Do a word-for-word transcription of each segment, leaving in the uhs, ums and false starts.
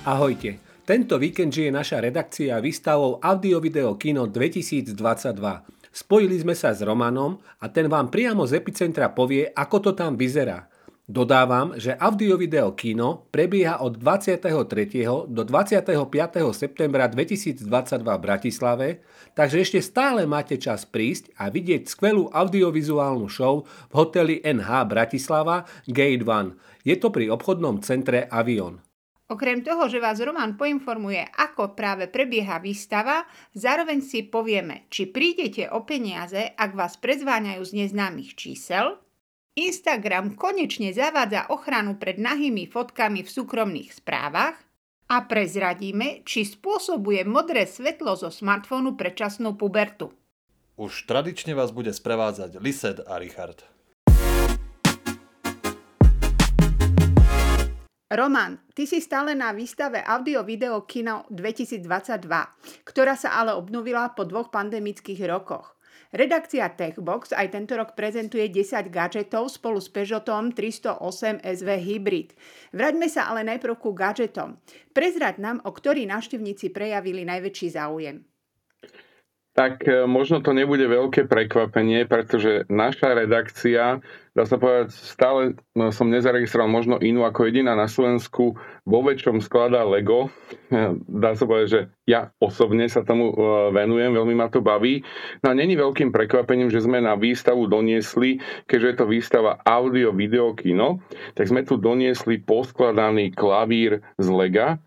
Ahojte, tento víkend žije naša redakcia výstavou Audio-Video Kino dvetisícdvadsaťdva. Spojili sme sa s Romanom a ten vám priamo z epicentra povie, ako to tam vyzerá. Dodávam, že Audio-Video Kino prebieha od dvadsiateho tretieho do dvadsiateho piateho septembra dvetisícdvadsaťdva v Bratislave, takže ešte stále máte čas prísť a vidieť skvelú audiovizuálnu show v hoteli en há Bratislava Gate jeden. Je to pri obchodnom centre Avion. Okrem toho, že vás Roman poinformuje, ako práve prebieha výstava, zároveň si povieme, či prídete o peniaze, ak vás prezváňajú z neznámych čísel. Instagram konečne zavádza ochranu pred nahými fotkami v súkromných správach a prezradíme, či spôsobuje modré svetlo zo smartfónu predčasnú pubertu. Už tradične vás bude sprevádzať Lised a Richard. Roman, ty si stále na výstave Audio-Video Kino dvetisícdvadsaťdva, ktorá sa ale obnovila po dvoch pandemických rokoch. Redakcia Techbox aj tento rok prezentuje desať gadžetov spolu s Peugeotom tristosem es vé Hybrid. Vráťme sa ale najprv ku gadžetom. Prezrať nám, o ktorý návštevníci prejavili najväčší záujem. Tak možno to nebude veľké prekvapenie, pretože naša redakcia, dá sa povedať, stále som nezaregistroval možno inú ako jediná na Slovensku, vo väčšom skladá Lego. Dá sa povedať, že ja osobne sa tomu venujem, veľmi ma to baví. No a není veľkým prekvapením, že sme na výstavu doniesli, keďže je to výstava Audio Video Kino, tak sme tu doniesli poskladaný klavír z Lega,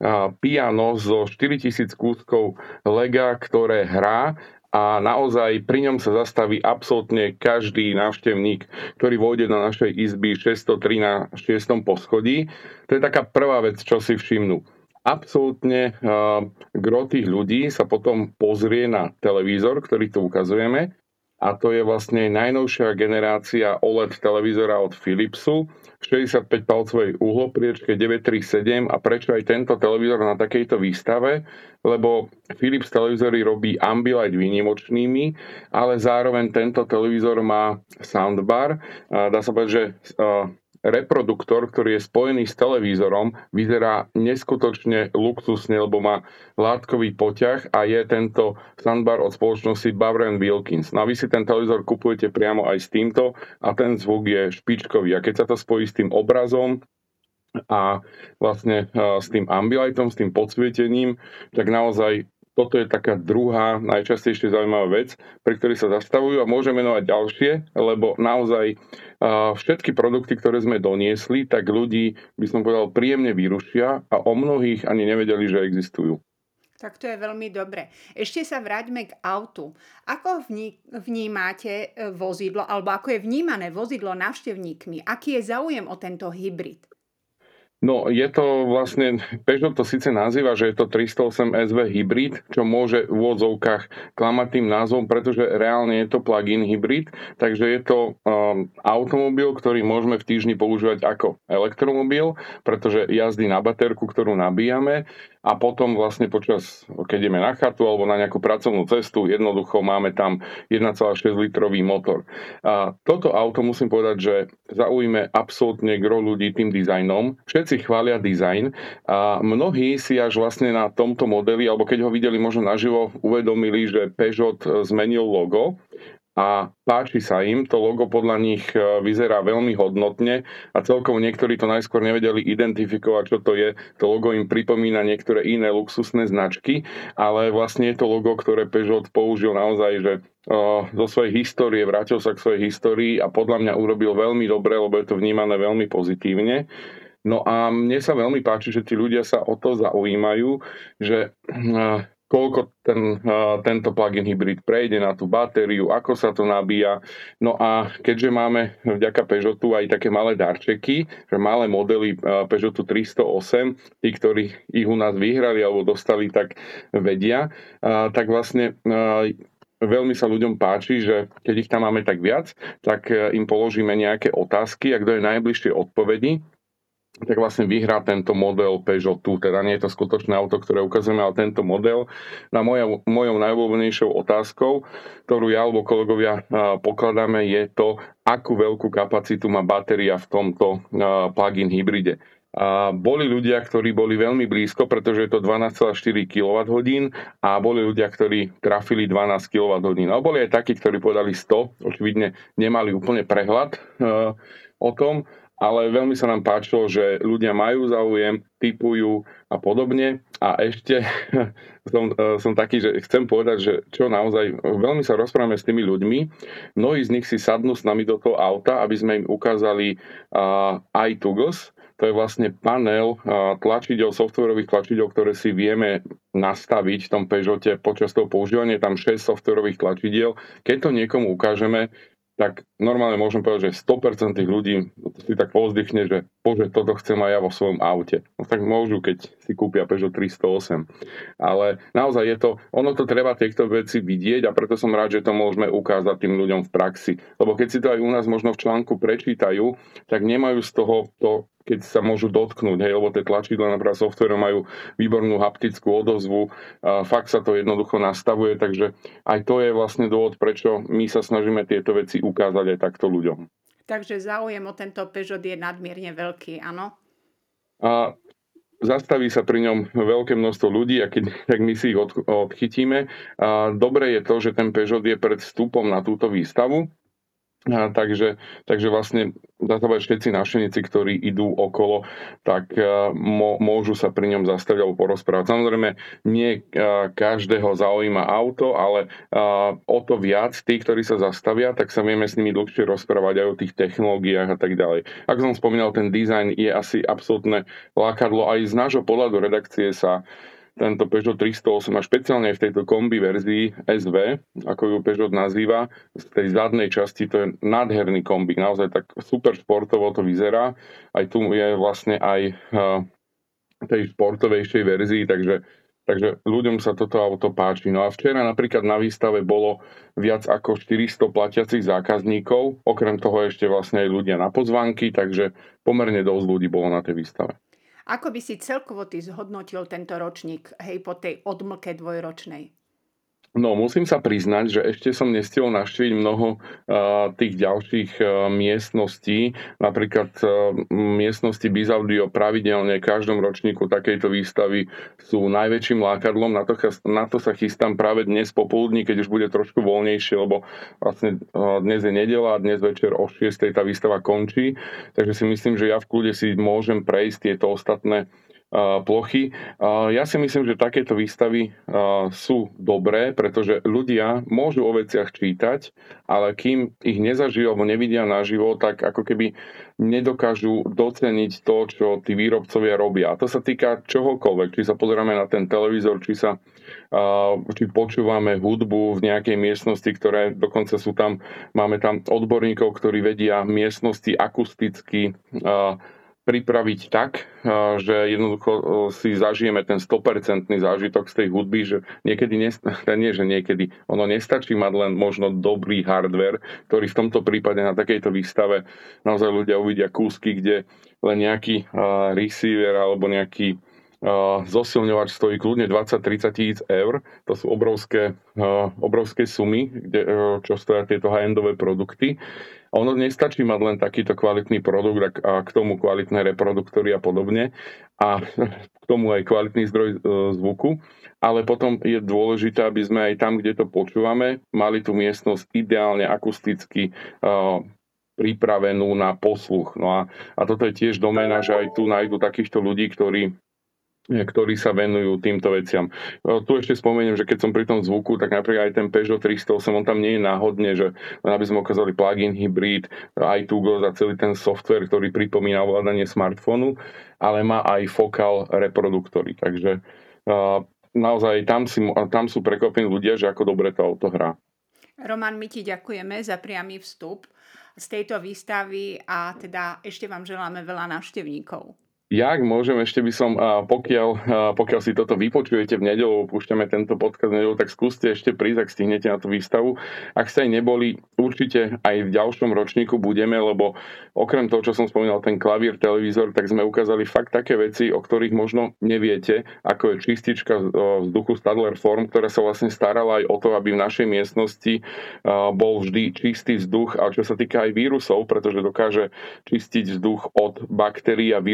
piano zo štyritisíc kúskov Lega, ktoré hrá a naozaj pri ňom sa zastaví absolútne každý návštevník, ktorý vôjde do našej izby šesťstotri na šiestom poschodí. To je taká prvá vec, čo si všimnú. Absolútne uh, gro tých ľudí sa potom pozrie na televízor, ktorý tu ukazujeme, a to je vlastne najnovšia generácia ó el é dé televízora od Philipsu, šesťdesiatpäť palcovej uhlopriečke deväťstotridsaťsedem. A prečo aj tento televízor na takejto výstave? Lebo Philips televízory robí Ambilight výnimočnými, ale zároveň tento televízor má soundbar. Dá sa povedať, že reproduktor, ktorý je spojený s televízorom, vyzerá neskutočne luxusne, lebo má látkový poťah a je tento soundbar od spoločnosti Bowers and Wilkins. No a vy si ten televízor kupujete priamo aj s týmto a ten zvuk je špičkový. A keď sa to spojí s tým obrazom a vlastne s tým ambilightom, s tým podsvietením, tak naozaj toto je taká druhá najčastejšie zaujímavá vec, pri ktorej sa zastavujú, a môžem menovať ďalšie, lebo naozaj všetky produkty, ktoré sme doniesli, tak ľudí, by som povedal, príjemne vyrušia a o mnohých ani nevedeli, že existujú. Tak to je veľmi dobre. Ešte sa vráťme k autu. Ako vnímate vozidlo, alebo ako je vnímané vozidlo návštevníkmi? Aký je záujem o tento hybrid? No, je to vlastne, Peugeot to síce nazýva, že je to tristosem es vé hybrid, čo môže v úvodzovkách klamať tým názvom, pretože reálne je to plug-in hybrid, takže je to um, automobil, ktorý môžeme v týždni používať ako elektromobil, pretože jazdí na baterku, ktorú nabíjame, a potom vlastne počas, keď ideme na chatu alebo na nejakú pracovnú cestu, jednoducho máme tam jeden celá šesť litrový motor. A toto auto, musím povedať, že zaujíme absolútne gro ľudí tým dizajnom. Všetci chvália dizajn a mnohí si až vlastne na tomto modeli, alebo keď ho videli možno naživo, uvedomili, že Peugeot zmenil logo a páči sa im. To logo podľa nich vyzerá veľmi hodnotne a celkovo niektorí to najskôr nevedeli identifikovať, čo to je. To logo im pripomína niektoré iné luxusné značky, ale vlastne je to logo, ktoré Peugeot použil naozaj, že zo svojej histórie, vrátil sa k svojej histórii a podľa mňa urobil veľmi dobre, lebo je to vnímané veľmi pozitívne. No a mne sa veľmi páči, že tí ľudia sa o to zaujímajú, že koľko ten, tento plug-in hybrid prejde na tú batériu, ako sa to nabíja. No a keďže máme vďaka Peugeotu aj také malé darčeky, že malé modely Peugeotu tristosem, tí, ktorí ich u nás vyhrali alebo dostali, tak vedia, tak vlastne veľmi sa ľuďom páči, že keď ich tam máme tak viac, tak im položíme nejaké otázky a kto je najbližšie odpovedi, tak vlastne vyhrá tento model Peugeotu. Teda nie je to skutočné auto, ktoré ukazujeme, ale tento model. Na moja, mojou najobľúbenejšou otázkou, ktorú ja alebo kolegovia pokladáme, je to, akú veľkú kapacitu má batéria v tomto plug-in hybride. A boli ľudia, ktorí boli veľmi blízko, pretože je to dvanásť celá štyri kilowatthodín a boli ľudia, ktorí trafili dvanásť kilowatthodín. A boli aj takí, ktorí povedali sto, očividne nemali úplne prehľad uh, o tom, ale veľmi sa nám páčilo, že ľudia majú záujem, tipujú a podobne. A ešte som, som taký, že chcem povedať, že čo naozaj, veľmi sa rozprávame s tými ľuďmi. Mnohí z nich si sadnú s nami do toho auta, aby sme im ukázali uh, iToggles. To je vlastne panel uh, tlačidel, softwarových tlačidel, ktoré si vieme nastaviť v tom Peugeote počas toho používania. Je tam šesť softwarových tlačidiel. Keď to niekomu ukážeme, tak normálne môžem povedať, že sto percent tých ľudí si tak povzdychne, že bože, toto chcem aj ja vo svojom aute. No tak môžu, keď si kúpia Peugeot tristoosemdesiat. Ale naozaj je to, ono to treba tieto veci vidieť a preto som rád, že to môžeme ukázať tým ľuďom v praxi. Lebo keď si to aj u nás možno v článku prečítajú, tak nemajú z toho to, keď sa môžu dotknúť, hej, lebo tie tlačidlá napríklad software majú výbornú haptickú odozvu, a fakt sa to jednoducho nastavuje, takže aj to je vlastne dôvod, prečo my sa snažíme tieto veci ukázať aj takto ľuďom. Takže záujem o tento Peugeot je nadmierne veľký, áno? A zastaví sa pri ňom veľké množstvo ľudí a keď tak my si ich od, odchytíme. A dobre je to, že ten Peugeot je pred vstupom na túto výstavu. A takže, takže vlastne dá sa povedať, všetci návštevníci, ktorí idú okolo, tak mô, môžu sa pri ňom zastaviť alebo porozprávať. Samozrejme, nie každého zaujíma auto, ale o to viac tí, ktorí sa zastavia, tak sa vieme s nimi dlhšie rozprávať aj o tých technológiách a tak ďalej. Ako som spomínal, ten dizajn je asi absolútne lákadlo. Aj z nášho pohľadu redakcie sa tento Peugeot tristoosemdesiat a špeciálne v tejto kombi verzii es vé, ako ju Peugeot nazýva, z tej zadnej časti, to je nádherný kombík, naozaj tak super športovo to vyzerá. Aj tu je vlastne aj uh, tej športovejšej verzii, takže, takže ľuďom sa toto auto páči. No a včera napríklad na výstave bolo viac ako štyristo platiacich zákazníkov, okrem toho ešte vlastne aj ľudia na pozvánky, takže pomerne dosť ľudí bolo na tej výstave. Ako by si celkovo ty zhodnotil tento ročník, hej, po tej odmlke dvojročnej? No, musím sa priznať, že ešte som nestihol navštíviť mnoho uh, tých ďalších uh, miestností. Napríklad uh, miestnosti BizAudio pravidelne v každom ročníku takejto výstavy sú najväčším lákadlom. Na to, na to sa chystám práve dnes popoludní, keď už bude trošku voľnejšie, lebo vlastne uh, dnes je nedeľa a dnes večer o šiestej tá výstava končí. Takže si myslím, že ja v kľude si môžem prejsť tieto ostatné plochy. Ja si myslím, že takéto výstavy sú dobré, pretože ľudia môžu o veciach čítať, ale kým ich nezažijú alebo nevidia naživo, tak ako keby nedokážu doceniť to, čo tí výrobcovia robia. A to sa týka čohokoľvek. Či sa pozeráme na ten televízor, či sa či počúvame hudbu v nejakej miestnosti, ktoré dokonca sú tam, máme tam odborníkov, ktorí vedia miestnosti akusticky pripraviť tak, že jednoducho si zažijeme ten sto percent zážitok z tej hudby, že niekedy, nie že niekedy, ono nestačí mať len možno dobrý hardware, ktorý v tomto prípade na takejto výstave naozaj ľudia uvidia kúsky, kde len nejaký uh, receiver alebo nejaký uh, zosilňovač stojí kľudne dvadsať tridsať tisíc eur. To sú obrovské, uh, obrovské sumy, kde, uh, čo stoja tieto high-endové produkty. A ono nestačí mať len takýto kvalitný produkt a k tomu kvalitné reproduktory a podobne a k tomu aj kvalitný zdroj zvuku, ale potom je dôležité, aby sme aj tam, kde to počúvame, mali tú miestnosť ideálne akusticky uh, pripravenú na posluch. No a, a toto je tiež doména, že aj tu nájdu takýchto ľudí, ktorí ktorí sa venujú týmto veciam. Tu ešte spomeniem, že keď som pri tom zvuku, tak napríklad aj ten Peugeot tristoosemdesiat, on tam nie je náhodne, že aby sme ukázali plug-in hybrid, iToggles a celý ten software, ktorý pripomína ovládanie smartfónu, ale má aj focal reproduktory. Takže uh, naozaj tam, si, tam sú prekvapení ľudia, že ako dobre to auto hrá. Roman, my ti ďakujeme za priamy vstup z tejto výstavy a teda ešte vám želáme veľa návštevníkov. Ja, ak môžem, ešte by som, pokiaľ, pokiaľ si toto vypočujete v nedeľu, púšťame tento podcast v nedeľu, tak skúste ešte prísť, ak stihnete na tú výstavu. Ak ste aj neboli, určite aj v ďalšom ročníku budeme, lebo okrem toho, čo som spomínal, ten klavír, televízor, tak sme ukázali fakt také veci, o ktorých možno neviete, ako je čistička vzduchu Stadler Form, ktorá sa vlastne starala aj o to, aby v našej miestnosti bol vždy čistý vzduch, a čo sa týka aj vírusov, pretože dokáže čistiť vzduch od baktérií a vírusov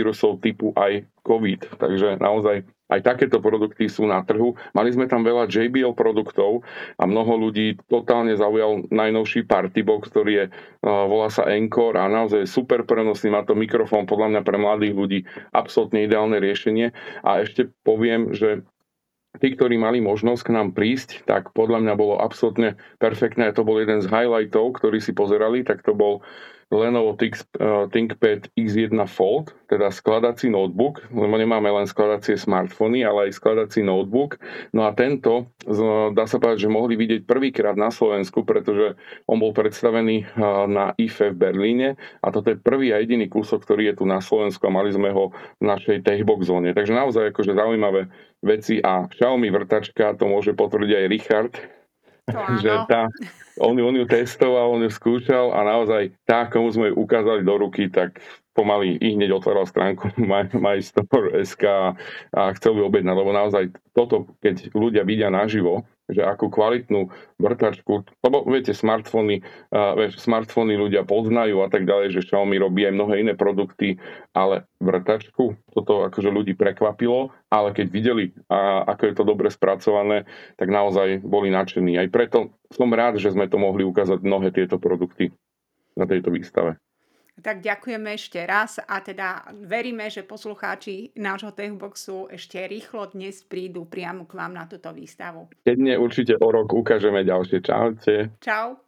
typu aj COVID. Takže naozaj aj takéto produkty sú na trhu. Mali sme tam veľa J B L produktov a mnoho ľudí totálne zaujal najnovší Partybox, ktorý je, volá sa Encore a naozaj super prenosný, má to mikrofón, podľa mňa pre mladých ľudí absolútne ideálne riešenie. A ešte poviem, že tí, ktorí mali možnosť k nám prísť, tak podľa mňa bolo absolútne perfektné. To bol jeden z highlightov, ktorý si pozerali, tak to bol Lenovo ThinkPad X jeden Fold, teda skladací notebook, lebo nemáme len skladacie smartfóny, ale aj skladací notebook. No a tento, dá sa povedať, že mohli vidieť prvýkrát na Slovensku, pretože on bol predstavený na í ef é v Berlíne a toto je prvý a jediný kúsok, ktorý je tu na Slovensku a mali sme ho v našej Techbox zóne. Takže naozaj akože zaujímavé veci a Xiaomi vrtačka, to môže potvrdiť aj Richard, že tá, on, on ju testoval, on ju skúšal a naozaj tá, komu sme ju ukázali do ruky, tak pomaly i hneď otváral stránku majstore bodka es ká a chcel ju objednať, lebo naozaj toto, keď ľudia vidia naživo, že akú kvalitnú vrtačku, lebo viete, smartfóny, uh, smartfóny ľudia poznajú a tak ďalej, že Xiaomi robí aj mnohé iné produkty, ale vrtačku, toto akože ľudí prekvapilo, ale keď videli, a, ako je to dobre spracované, tak naozaj boli nadšení. Aj preto som rád, že sme to mohli ukázať mnohé tieto produkty na tejto výstave. Tak ďakujeme ešte raz a teda veríme, že poslucháči nášho Techboxu ešte rýchlo dnes prídu priamo k vám na túto výstavu. Keď nie, určite o rok ukážeme ďalšie. Čaute. Čau.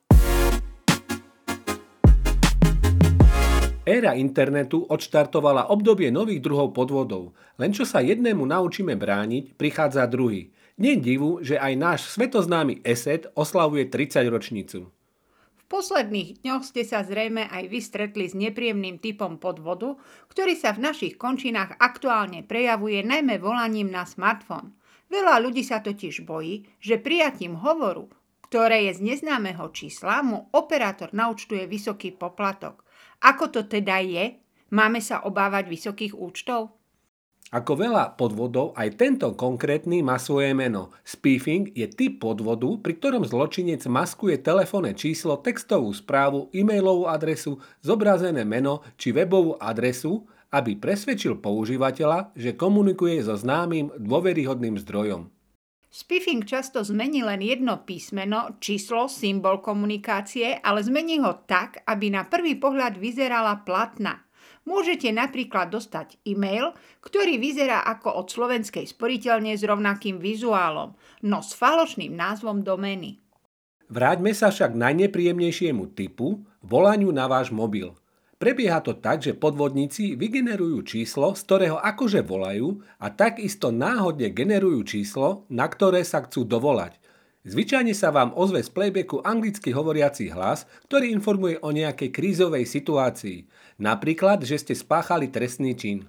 Éra internetu odštartovala obdobie nových druhov podvodov. Len čo sa jednému naučíme brániť, prichádza druhý. Nie divu, že aj náš svetoznámy ESET oslavuje tridsaťročnicu. V posledných dňoch ste sa zrejme aj vy stretli s nepríjemným typom podvodu, ktorý sa v našich končinách aktuálne prejavuje najmä volaním na smartfón. Veľa ľudí sa totiž bojí, že prijatím hovoru, ktoré je z neznámeho čísla, mu operátor naúčtuje vysoký poplatok. Ako to teda je? Máme sa obávať vysokých účtov? Ako veľa podvodov, aj tento konkrétny má svoje meno. Spoofing je typ podvodu, pri ktorom zločinec maskuje telefónne číslo, textovú správu, e-mailovú adresu, zobrazené meno či webovú adresu, aby presvedčil používateľa, že komunikuje so známym dôveryhodným zdrojom. Spoofing často zmení len jedno písmeno, číslo, symbol komunikácie, ale zmení ho tak, aby na prvý pohľad vyzerala platná. Môžete napríklad dostať e-mail, ktorý vyzerá ako od slovenskej sporiteľne s rovnakým vizuálom, no s falošným názvom domény. Vráťme sa však k najnepríjemnejšiemu typu, volaniu na váš mobil. Prebieha to tak, že podvodníci vygenerujú číslo, z ktorého akože volajú a takisto náhodne generujú číslo, na ktoré sa chcú dovolať. Zvyčajne sa vám ozve z playbacku anglicky hovoriaci hlas, ktorý informuje o nejakej krízovej situácii. Napríklad, že ste spáchali trestný čin.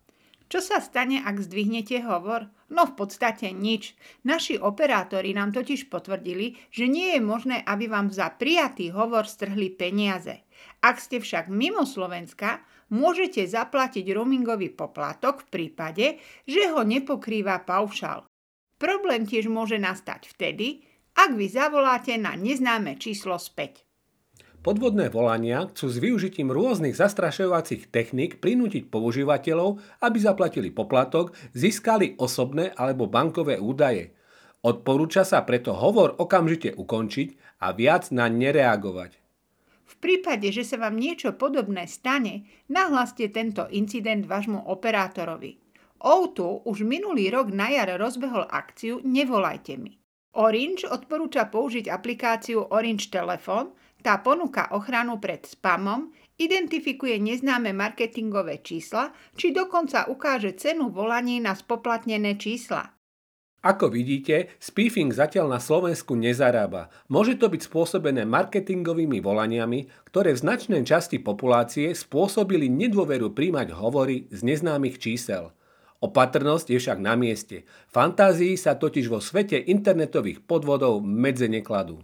Čo sa stane, ak zdvihnete hovor? No v podstate nič. Naši operátori nám totiž potvrdili, že nie je možné, aby vám za prijatý hovor strhli peniaze. Ak ste však mimo Slovenska, môžete zaplatiť roamingový poplatok v prípade, že ho nepokrýva paušál. Problém tiež môže nastať vtedy, ak vy zavoláte na neznáme číslo späť. Podvodné volania chcú s využitím rôznych zastrašovacích techník prinútiť používateľov, aby zaplatili poplatok, získali osobné alebo bankové údaje. Odporúča sa preto hovor okamžite ukončiť a viac naň nereagovať. V prípade, že sa vám niečo podobné stane, nahláste tento incident vášmu operátorovi. ó dva už minulý rok na jar rozbehol akciu Nevolajte mi. Orange odporúča použiť aplikáciu Orange Telefón, tá ponúka ochranu pred spamom, identifikuje neznáme marketingové čísla, či dokonca ukáže cenu volaní na spoplatnené čísla. Ako vidíte, spoofing zatiaľ na Slovensku nezarába. Môže to byť spôsobené marketingovými volaniami, ktoré v značnej časti populácie spôsobili nedôveru príjmať hovory z neznámych čísel. Opatrnosť je však na mieste. Fantázii sa totiž vo svete internetových podvodov medze nekladú.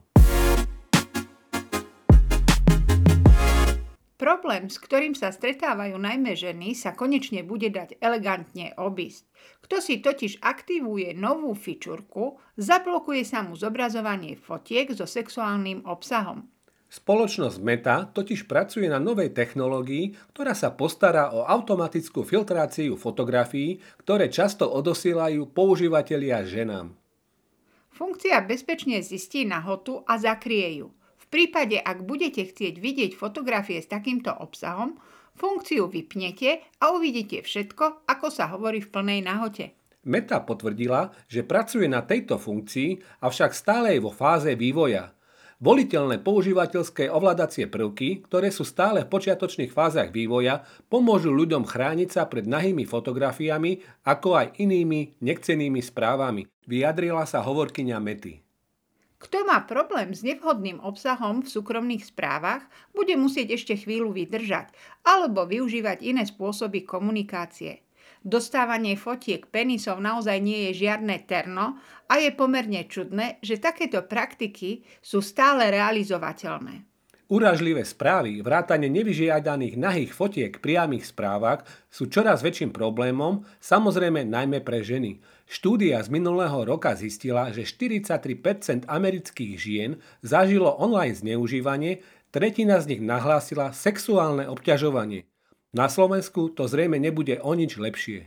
Problém, s ktorým sa stretávajú najmä ženy, sa konečne bude dať elegantne obísť. Kto si totiž aktivuje novú fičurku, zablokuje sa mu zobrazovanie fotiek so sexuálnym obsahom. Spoločnosť Meta totiž pracuje na novej technológii, ktorá sa postará o automatickú filtráciu fotografií, ktoré často odosielajú používatelia ženám. Funkcia bezpečne zistí nahotu a zakrie ju. V prípade, ak budete chcieť vidieť fotografie s takýmto obsahom, funkciu vypnete a uvidíte všetko, ako sa hovorí v plnej nahote. Meta potvrdila, že pracuje na tejto funkcii, avšak stále je vo fáze vývoja. Voliteľné používateľské ovládacie prvky, ktoré sú stále v počiatočných fázach vývoja, pomôžu ľuďom chrániť sa pred nahými fotografiami, ako aj inými nechcenými správami, vyjadrila sa hovorkyňa Mety. Kto má problém s nevhodným obsahom v súkromných správach, bude musieť ešte chvíľu vydržať alebo využívať iné spôsoby komunikácie. Dostávanie fotiek penisov naozaj nie je žiadne terno a je pomerne čudné, že takéto praktiky sú stále realizovateľné. Urážlivé správy, vrátane nevyžiadaných nahých fotiek v priamych správach sú čoraz väčším problémom, samozrejme najmä pre ženy. Štúdia z minulého roka zistila, že štyridsaťtri percent amerických žien zažilo online zneužívanie, tretina z nich nahlásila sexuálne obťažovanie. Na Slovensku to zrejme nebude o nič lepšie.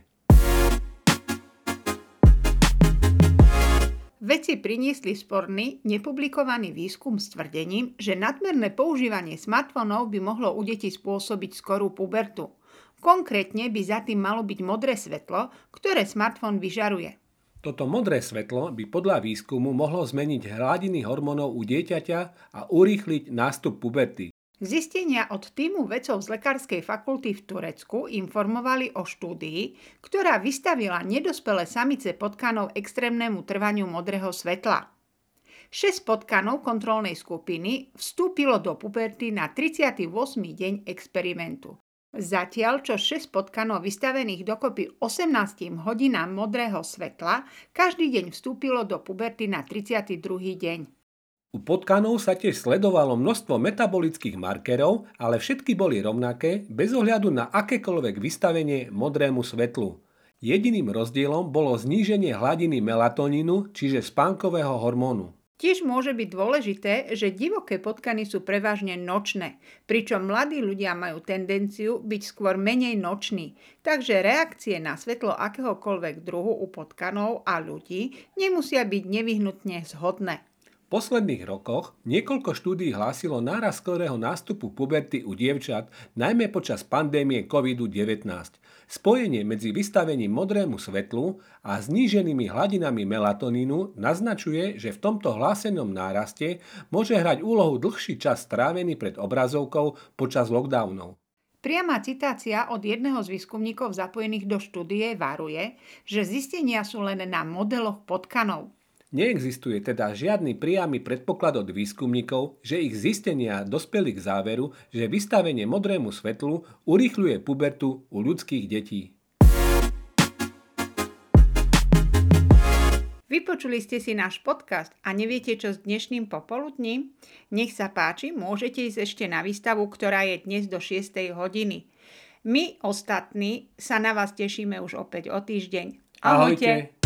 Vedci priniesli sporný, nepublikovaný výskum s tvrdením, že nadmerné používanie smartfónov by mohlo u detí spôsobiť skorú pubertu. Konkrétne by za tým malo byť modré svetlo, ktoré smartfón vyžaruje. Toto modré svetlo by podľa výskumu mohlo zmeniť hladiny hormónov u dieťaťa a urýchliť nástup puberty. Zistenia od tímu vedcov z lekárskej fakulty v Turecku informovali o štúdii, ktorá vystavila nedospelé samice potkanov extrémnemu trvaniu modrého svetla. šesť potkanov kontrolnej skupiny vstúpilo do puberty na tridsiaty ôsmy deň experimentu. Zatiaľ, čo šesť potkanov vystavených dokopy osemnástim hodinám modrého svetla, každý deň vstúpilo do puberty na tridsiaty druhý deň. U potkanov sa tiež sledovalo množstvo metabolických markerov, ale všetky boli rovnaké bez ohľadu na akékoľvek vystavenie modrému svetlu. Jediným rozdielom bolo zníženie hladiny melatonínu, čiže spánkového hormónu. Tiež môže byť dôležité, že divoké potkany sú prevažne nočné, pričom mladí ľudia majú tendenciu byť skôr menej noční, takže reakcie na svetlo akéhokoľvek druhu u potkanov a ľudí nemusia byť nevyhnutne zhodné. V posledných rokoch niekoľko štúdií hlásilo nárast skorého nástupu puberty u dievčat, najmä počas pandémie kovid devätnásť. Spojenie medzi vystavením modrému svetlu a zníženými hladinami melatonínu naznačuje, že v tomto hlásenom náraste môže hrať úlohu dlhší čas strávený pred obrazovkou počas lockdownov. Priama citácia od jedného z výskumníkov zapojených do štúdie varuje, že zistenia sú len na modeloch potkanov. Neexistuje teda žiadny priamy predpoklad od výskumníkov, že ich zistenia dospeli k záveru, že vystavenie modrému svetlu urýchľuje pubertu u ľudských detí. Vypočuli ste si náš podcast a neviete, čo s dnešným popoludním? Nech sa páči, môžete ísť ešte na výstavu, ktorá je dnes do šiestej hodiny. My ostatní sa na vás tešíme už opäť o týždeň. Ahojte! Ahojte.